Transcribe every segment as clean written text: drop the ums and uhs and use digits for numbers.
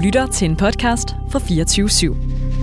lytter til en podcast fra 24/7.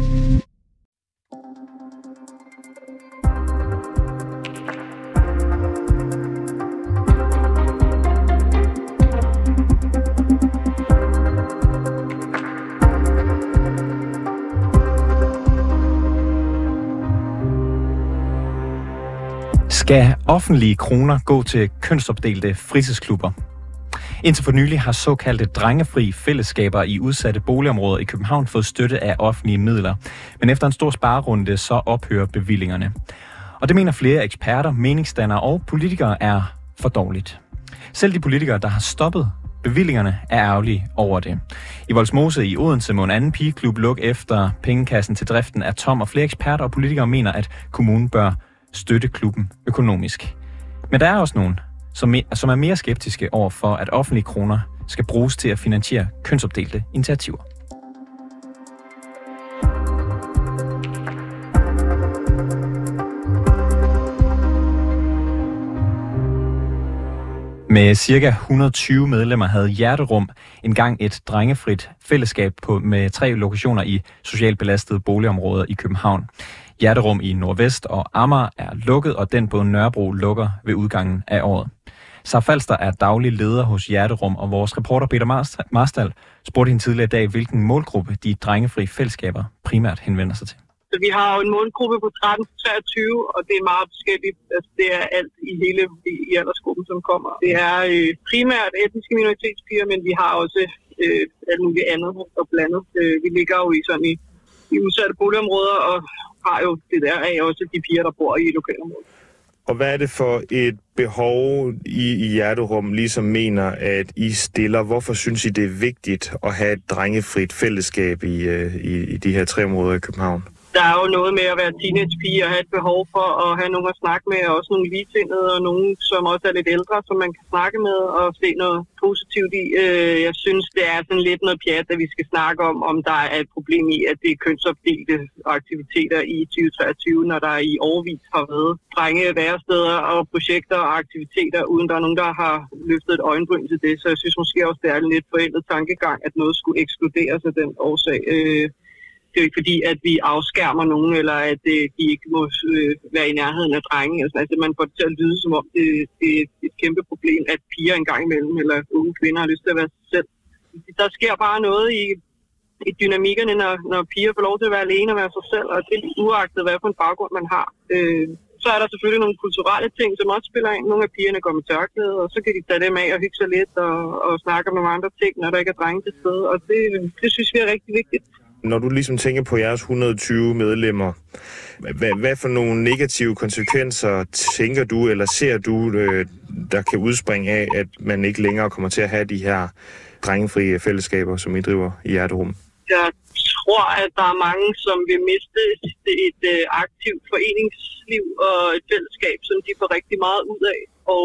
Skal offentlige kroner gå til kønsopdelte fritidsklubber? Indtil for nylig har såkaldte drengefri fællesskaber i udsatte boligområder i København fået støtte af offentlige midler. Men efter en stor sparerunde, så ophører bevillingerne. Og det mener flere eksperter, meningsdannere og politikere er for dårligt. Selv de politikere, der har stoppet bevillingerne, er ærgerlige over det. I Vollsmose i Odense må en anden pigeklub lukke efter pengekassen til driften er tom, og flere eksperter og politikere mener, at kommunen bør støtte klubben økonomisk. Men der er også nogen, som er mere skeptiske over for, at offentlige kroner skal bruges til at finansiere kønsopdelte initiativer. Med ca. 120 medlemmer havde Hjerterum engang et drengefrit fællesskab med 3 lokationer i socialt belastede boligområder i København. Hjerterum i Nordvest og Amager er lukket, og den på Nørrebro lukker ved udgangen af året. Sara Falster er daglig leder hos Hjerterum, og vores reporter Peter Marstal spurgte hende tidligere i dag, hvilken målgruppe de drengefri fællesskaber primært henvender sig til. Så vi har jo en målgruppe på 13-23, og det er meget forskelligt. Altså, det er alt i hele i aldersgruppen, som kommer. Det er primært etniske minoritetspiger, men vi har også alt muligt andet og blandet. Vi ligger jo i udsatte boligområder, og har jo det der af også de piger, der bor i lokalområdet. Og hvad er det for et behov, I Hjerterum ligesom mener, at I stiller? Hvorfor synes I, det er vigtigt at have et drengefrit fællesskab i de her 3 områder i København? Der er jo noget med at være teenagepige og have et behov for at have nogen at snakke med, og også nogle ligesindede, og nogen, som også er lidt ældre, som man kan snakke med og se noget positivt i. Jeg synes, det er sådan lidt noget pjat, at vi skal snakke om der er et problem i, at det er kønsopdelte aktiviteter i 2023, når der i årevis har været drenge væresteder og projekter og aktiviteter, uden der er nogen, der har løftet et øjenbryn til det. Så jeg synes måske også, det er en lidt forældet tankegang, at noget skulle ekskluderes af den årsag. Det er jo ikke fordi, at vi afskærmer nogen, eller at de ikke må være i nærheden af drenge. Altså, man får det til at lyde, som om det er et kæmpe problem, at piger engang imellem, eller unge kvinder har lyst til at være sig selv. Der sker bare noget i dynamikkerne, når piger får lov til at være alene og være sig selv, og det er uagtet, hvad for en baggrund man har. Så er der selvfølgelig nogle kulturelle ting, som også spiller ind. Nogle af pigerne går med tørklæde, og så kan de tage dem af og hygge sig lidt og snakke om nogle andre ting, når der ikke er drenge til stede. Og det synes vi er rigtig vigtigt. Når du ligesom tænker på jeres 120 medlemmer, hvad for nogle negative konsekvenser tænker du, eller ser du, der kan udspringe af, at man ikke længere kommer til at have de her drengefri fællesskaber, som I driver i Hjerterum? Jeg tror, at der er mange, som vil miste et aktivt foreningsliv og et fællesskab, som de får rigtig meget ud af.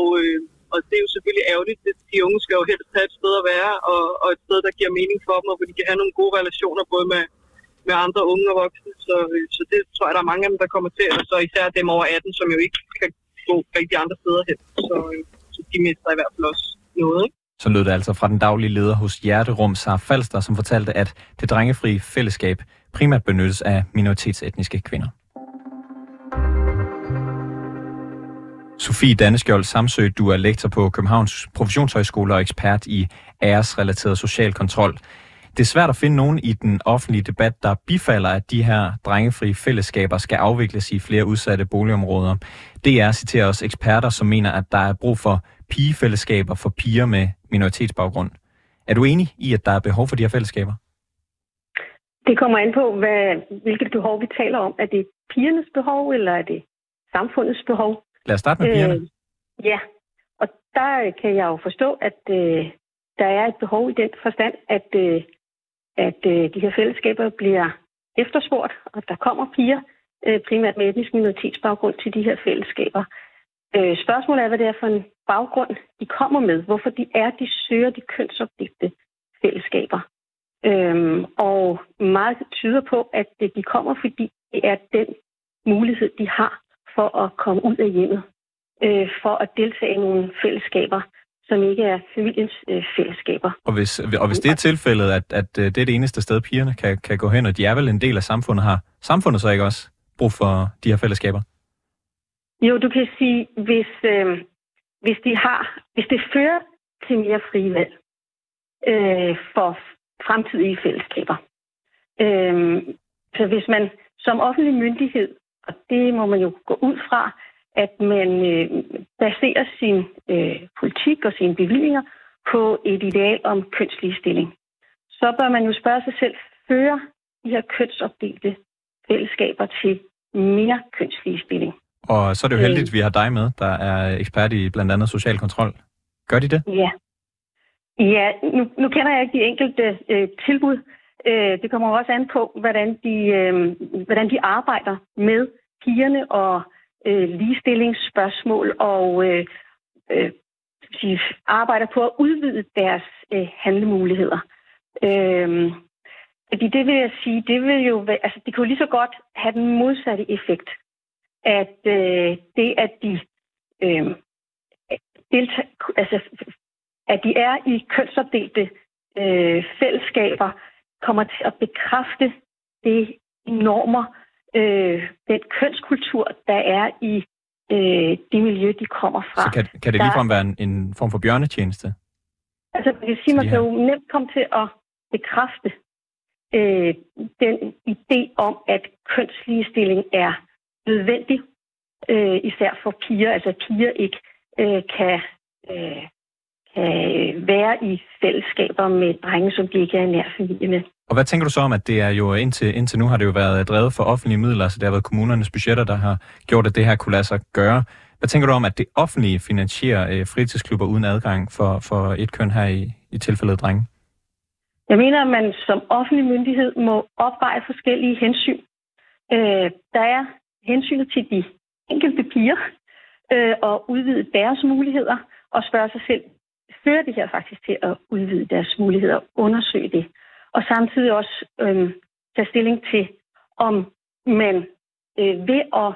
Og det er jo selvfølgelig ærgerligt. De unge skal jo helst have et sted at være, og et sted, der giver mening for dem, og hvor de kan have nogle gode relationer, både med andre unge og voksne. Så det tror jeg, der er mange af dem, der kommer til. Og så især dem over 18, som jo ikke kan gå rigtig andre steder hen. Så de mister i hvert fald også noget, ikke? Så lød det altså fra den daglige leder hos Hjerterum, Sara Falster, som fortalte, at det drengefri fællesskab primært benyttes af minoritetsetniske kvinder. Sofie Danneskjold Samsø, du er lektor på Københavns Professionshøjskole og ekspert i æresrelateret social kontrol. Det er svært at finde nogen i den offentlige debat, der bifalder, at de her drengefri fællesskaber skal afvikles i flere udsatte boligområder. DR citerer også eksperter, som mener, at der er brug for pigefællesskaber for piger med minoritetsbaggrund. Er du enig i, at der er behov for de her fællesskaber? Det kommer an på, hvilket behov vi taler om. Er det pigernes behov, eller er det samfundets behov? Lad os starte med pigerne. Ja, og der kan jeg jo forstå, at der er et behov i den forstand, at de her fællesskaber bliver efterspurgt, og der kommer piger, primært med etnisk minoritetsbaggrund, til de her fællesskaber. Spørgsmålet er, hvad det er for en baggrund, de kommer med. Hvorfor de søger de kønsopdelte fællesskaber. Og meget tyder på, at de kommer, fordi det er den mulighed, de har for at komme ud af hjemmet, for at deltage i nogle fællesskaber, som ikke er familiens fællesskaber. Og hvis det er tilfældet, at det er det eneste sted, pigerne kan gå hen, og de er vel en del af samfundet, har samfundet så ikke også brug for de her fællesskaber? Jo, du kan sige, hvis det fører til mere frie valg for fremtidige fællesskaber. Så hvis man som offentlig myndighed, og det må man jo gå ud fra, at man baserer sin politik og sine bevillinger på et ideal om kønsligestilling, så bør man jo spørge sig selv, fører de her kønsopdelte fællesskaber til mere kønsligestilling? Og så er det jo heldigt, at vi har dig med, der er ekspert i blandt andet social kontrol. Gør de det? Ja, nu kender jeg ikke de enkelte tilbud. Det kommer også an på, hvordan de arbejder med pigerne og ligestillingsspørgsmål og arbejder på at udvide deres handlemuligheder. Fordi det vil jeg sige, det vil jo altså det kan jo lige så godt have den modsatte effekt, at at de er i kønsopdelte fællesskaber, kommer til at bekræfte det normer, den kønskultur, der er i det miljø, de kommer fra. Så kan det ligefrem være en form for bjørnetjeneste? Altså, man kan sige, man kan jo nemt komme til at bekræfte den idé om, at kønsligestilling er nødvendig, især for piger. Altså, at piger ikke kan være i fællesskaber med drenge, som de ikke er i nær familie med. Og hvad tænker du så om, at det er jo indtil nu har det jo været drevet for offentlige midler, så det har været kommunernes budgetter, der har gjort, at det her kunne lade sig gøre. Hvad tænker du om, at det offentlige finansierer fritidsklubber uden adgang for et køn her i tilfældet drenge? Jeg mener, at man som offentlig myndighed må opveje forskellige hensyn. Der er hensynet til de enkelte piger og udvide deres muligheder og spørge sig selv, fører det her faktisk til at udvide deres muligheder og undersøge det? Og samtidig også tage stilling til, om man ved at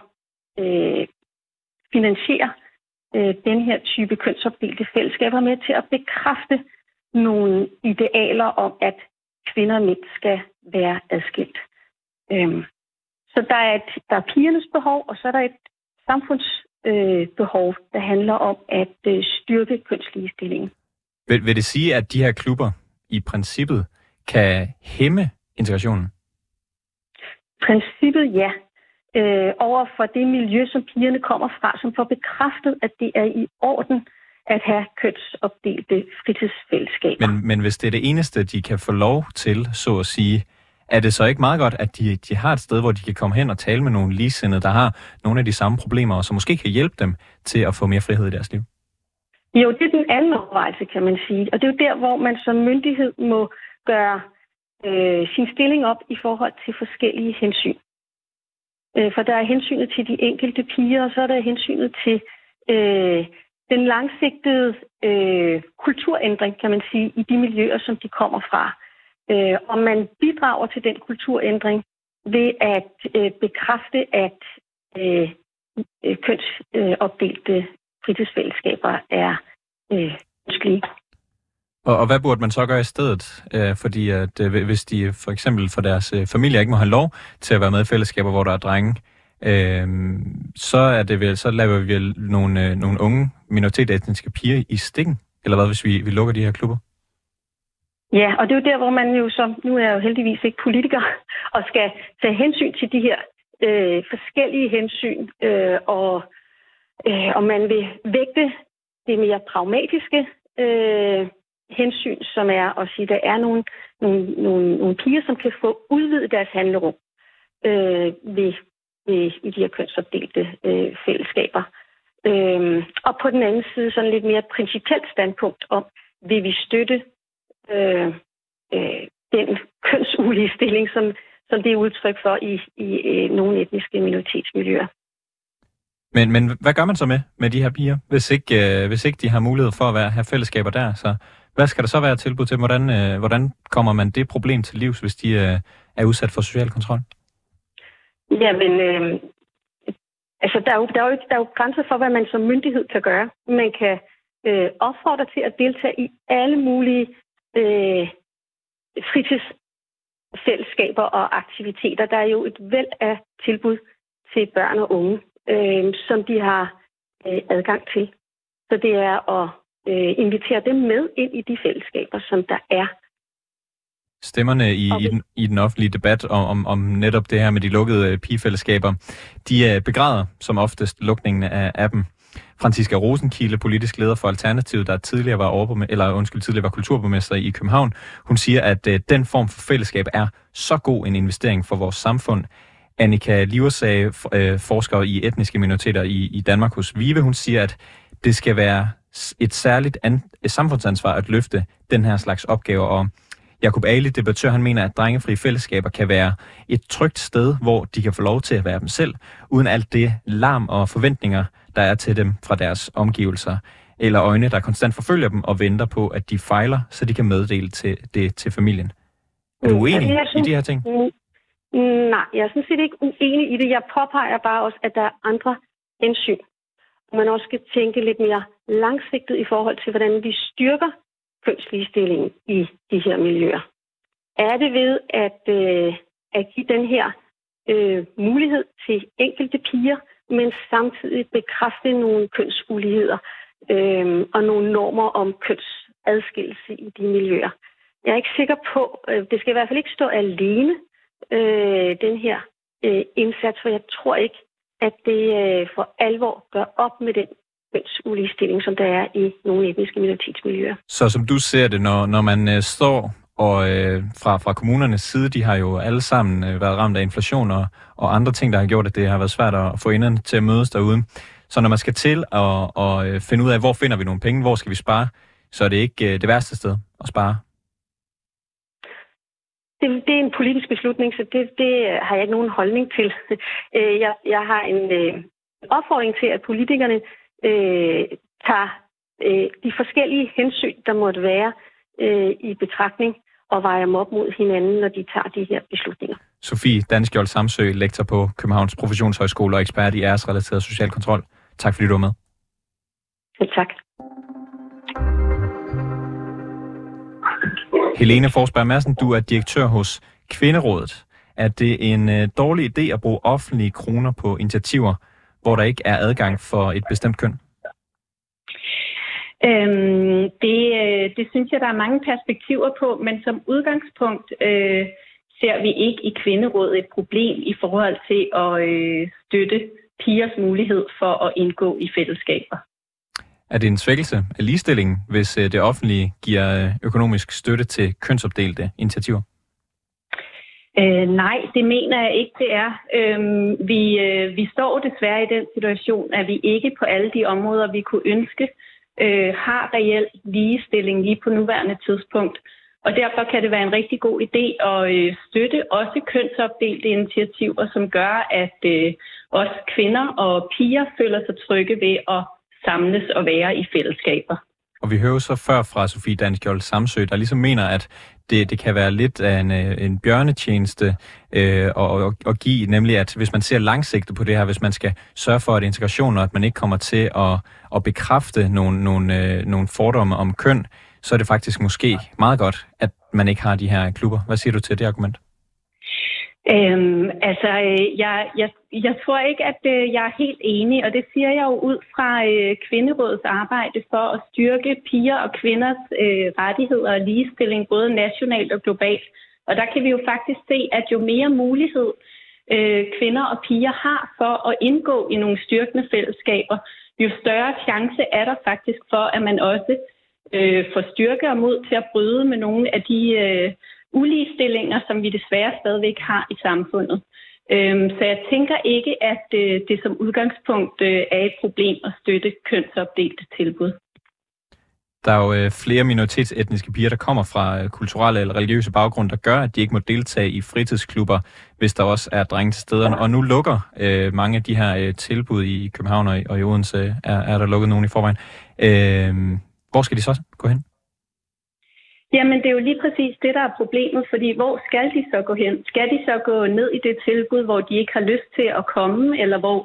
finansiere den her type kønsopdelte fællesskaber med til at bekræfte nogle idealer om, at kvinder og mænd skal være adskilt. Så der er pigernes behov, og så er der et samfundsbehov, der handler om at styrke kønsligestillingen. Vil det sige, at de her klubber i princippet kan hæmme integrationen? Princippet, ja. Over for det miljø, som pigerne kommer fra, som får bekræftet, at det er i orden at have kønsopdelte fritidsfællesskaber. Men hvis det er det eneste, de kan få lov til, så at sige, er det så ikke meget godt, at de har et sted, hvor de kan komme hen og tale med nogle ligesindede, der har nogle af de samme problemer, og som måske kan hjælpe dem til at få mere frihed i deres liv? Jo, det er den anden overvejelse, kan man sige. Og det er jo der, hvor man som myndighed må gøre sin stilling op i forhold til forskellige hensyn. For der er hensynet til de enkelte piger, og så er der hensynet til den langsigtede kulturændring, kan man sige, i de miljøer, som de kommer fra. Og man bidrager til den kulturændring ved at bekræfte, at kønsopdelte fritidsfællesskaber er ønskelige. Og hvad burde man så gøre i stedet? Fordi at hvis de for eksempel for deres familie ikke må have lov til at være med i fællesskaber, hvor der er drenge, så laver vi vel nogle unge minoritetsetniske piger i stikken? Eller hvad, hvis vi lukker de her klubber? Ja, og det er jo der, hvor man jo nu er jeg jo heldigvis ikke politiker, og skal tage hensyn til de her forskellige hensyn, og man vil vægte det mere pragmatiske hensyn, som er at sige, at der er nogle piger, som kan få udvidet deres handlerum i de her kønsopdelte fællesskaber. Og på den anden side sådan lidt mere principielt standpunkt om, vil vi støtte den kønsuligestilling, som det er udtryk for i nogle etniske minoritetsmiljøer. Men hvad gør man så med de her piger, hvis ikke de har mulighed for at have fællesskaber der? Så hvad skal der så være tilbud til? Hvordan kommer man det problem til livs, hvis de er udsat for social kontrol? Jamen, altså der er jo grænser for, hvad man som myndighed kan gøre. Man kan opfordrer til at deltage i alle mulige fritidsfællesskaber og aktiviteter. Der er jo et væld af tilbud til børn og unge, som de har adgang til. Så det er at invitere dem med ind i de fællesskaber, som der er. Stemmerne i den offentlige debat om netop det her med de lukkede pigefællesskaber, de begræder som oftest lukningen af dem. Franziska Rosenkilde, politisk leder for Alternativet, der tidligere var kulturborgmester i København, hun siger, at den form for fællesskab er så god en investering for vores samfund. Annika Liversage, forsker i etniske minoriteter i Danmark hos VIVE, hun siger, at det skal være et særligt samfundsansvar at løfte den her slags opgaver. Og Jacob Ali, debattør, han mener, at drengefri fællesskaber kan være et trygt sted, hvor de kan få lov til at være dem selv, uden alt det larm og forventninger, der er til dem fra deres omgivelser, eller øjne, der konstant forfølger dem og venter på, at de fejler, så de kan meddele det til familien. Er du uenig i de her ting? Nej, jeg er sådan set ikke uenig i det. Jeg påpeger bare også, at der er andre hensyn. Man også skal tænke lidt mere langsigtet i forhold til, hvordan vi styrker kønsligestillingen i de her miljøer. Er det ved at give den her mulighed til enkelte piger, men samtidig bekræfte nogle kønsuligheder og nogle normer om kønsadskillelse i de miljøer? Jeg er ikke sikker på, det skal i hvert fald ikke stå alene, den her indsats, for jeg tror ikke, at det for alvor gør op med den kønsuligestilling, som der er i nogle etniske minoritetsmiljøer. Så som du ser det, når man står og fra kommunernes side, de har jo alle sammen været ramt af inflation og andre ting, der har gjort, at det har været svært at få enderne til at mødes derude. Så når man skal til at finde ud af, hvor finder vi nogle penge, hvor skal vi spare, så er det ikke det værste sted at spare. Det er en politisk beslutning, så det har jeg ikke nogen holdning til. Jeg har en opfordring til, at politikerne tager de forskellige hensyn, der måtte være i betragtning, og vejer dem op mod hinanden, når de tager de her beslutninger. Sofie Daneskjold Samsøe, lektor på Københavns Professionshøjskole og ekspert i æresrelateret social kontrol. Tak fordi du var med. Selv tak. Helene Forsberg Madsen, du er direktør hos Kvinderådet. Er det en dårlig idé at bruge offentlige kroner på initiativer, hvor der ikke er adgang for et bestemt køn? Det synes jeg, der er mange perspektiver på, men som udgangspunkt ser vi ikke i Kvinderådet et problem i forhold til at støtte pigers mulighed for at indgå i fællesskaber. Er det en svækkelse af ligestillingen, hvis det offentlige giver økonomisk støtte til kønsopdelte initiativer? Nej, det mener jeg ikke, det er. Vi står desværre i den situation, at vi ikke på alle de områder, vi kunne ønske, har reel ligestilling lige på nuværende tidspunkt. Og derfor kan det være en rigtig god idé at støtte også kønsopdelte initiativer, som gør, at også kvinder og piger føler sig trygge ved at samles og være i fællesskaber. Og vi hører så før fra Sofie Daneskjold Samsøe, der ligesom mener, at det kan være lidt af en bjørnetjeneste at give, nemlig at hvis man ser langsigtet på det her, hvis man skal sørge for, at integration, og at man ikke kommer til at bekræfte nogle fordomme om køn, så er det faktisk måske meget godt, at man ikke har de her klubber. Hvad siger du til det argument? Jeg tror ikke, at jeg er helt enig, og det siger jeg jo ud fra Kvinderådets arbejde for at styrke piger og kvinders rettigheder og ligestilling, både nationalt og globalt. Og der kan vi jo faktisk se, at jo mere mulighed kvinder og piger har for at indgå i nogle styrkende fællesskaber, jo større chance er der faktisk for, at man også får styrke og mod til at bryde med nogle af de uligestillinger, som vi desværre stadigvæk har i samfundet. Så jeg tænker ikke, at det som udgangspunkt er et problem at støtte kønsopdelte tilbud. Der er jo flere minoritetsetniske piger, der kommer fra kulturelle eller religiøse baggrunde, der gør, at de ikke må deltage i fritidsklubber, hvis der også er drenge til stederne. Og nu lukker mange af de her tilbud i København og i Odense, er der lukket nogen i forvejen. Hvor skal de så gå hen? Jamen, det er jo lige præcis det, der er problemet, fordi hvor skal de så gå hen? Skal de så gå ned i det tilbud, hvor de ikke har lyst til at komme, eller hvor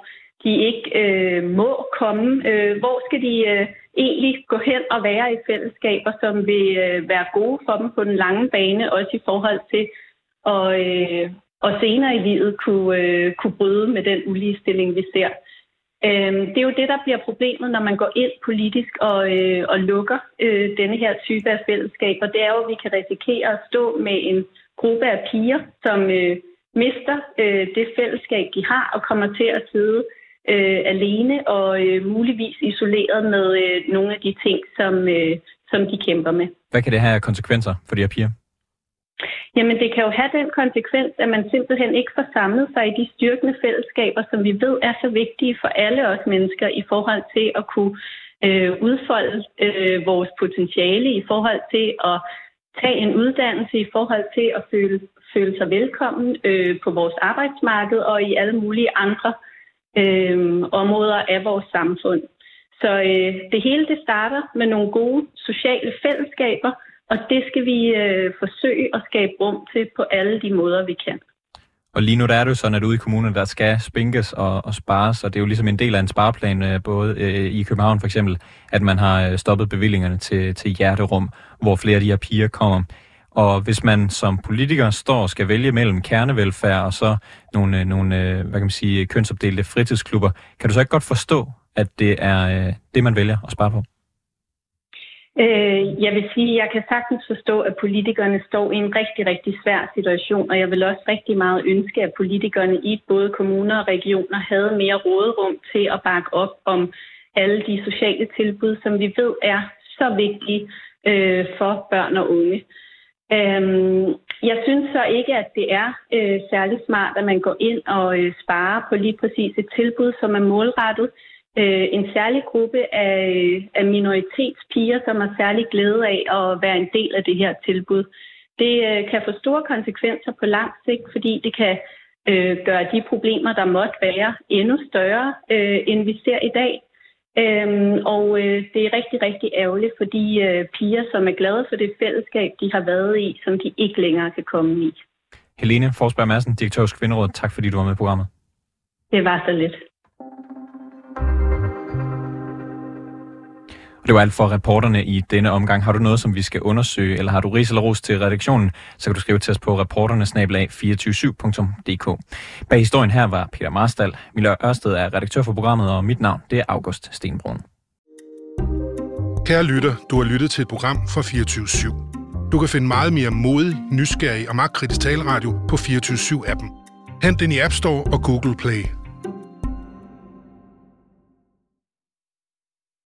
de ikke må komme? Hvor skal de egentlig gå hen og være i fællesskaber, som vil være gode for dem på den lange bane, også i forhold til og senere i livet kunne bryde med den uligestilling, vi ser. Det er jo det, der bliver problemet, når man går ind politisk og lukker denne her type af fællesskaber. Det er jo, at vi kan risikere at stå med en gruppe af piger, som mister det fællesskab, de har, og kommer til at sidde alene og muligvis isoleret med nogle af de ting, som de kæmper med. Hvad kan det have af konsekvenser for de her piger? Jamen, det kan jo have den konsekvens, at man simpelthen ikke får samlet sig i de styrkende fællesskaber, som vi ved er så vigtige for alle os mennesker i forhold til at kunne udfolde vores potentiale, i forhold til at tage en uddannelse, i forhold til at føle sig velkommen på vores arbejdsmarked og i alle mulige andre områder af vores samfund. Så det hele det starter med nogle gode sociale fællesskaber, og det skal vi forsøge at skabe rum til på alle de måder, vi kan. Og lige nu der er det jo sådan, at ude i kommunerne, der skal spinkes og spares, og det er jo ligesom en del af en spareplan, både i København for eksempel, at man har stoppet bevillingerne til hjerterum, hvor flere af de her piger kommer. Og hvis man som politiker står og skal vælge mellem kernevelfærd og så nogle hvad kan man sige, kønsopdelte fritidsklubber, kan du så ikke godt forstå, at det er det, man vælger at spare på? Jeg vil sige, at jeg kan sagtens forstå, at politikerne står i en rigtig, rigtig svær situation, og jeg vil også rigtig meget ønske, at politikerne i både kommuner og regioner havde mere råderum til at bakke op om alle de sociale tilbud, som vi ved er så vigtige for børn og unge. Jeg synes så ikke, at det er særlig smart, at man går ind og sparer på lige præcis et tilbud, som er målrettet en særlig gruppe af minoritetspiger, som har særlig glæde af at være en del af det her tilbud. Det kan få store konsekvenser på lang sigt, fordi det kan gøre de problemer, der måtte være, endnu større, end vi ser i dag. Og det er rigtig, rigtig ærgerligt for de piger, som er glade for det fællesskab, de har været i, som de ikke længere kan komme i. Helene Forsberg Madsen, direktør hos Kvinderådet. Tak fordi du var med i programmet. Det var så lidt. Det var alt for reporterne i denne omgang. Har du noget, som vi skal undersøge, eller har du ris eller ros til redaktionen, så kan du skrive til os på reporterne@247.dk. Bag historien her var Peter Marstal. Mille Ørsted er redaktør for programmet, og mit navn det er August Stenbrun. Kære lytter, du har lyttet til et program fra 24/7. Du kan finde meget mere modig, nysgerrig og magtkritisk taleradio på 24/7-appen. Hent den i App Store og Google Play.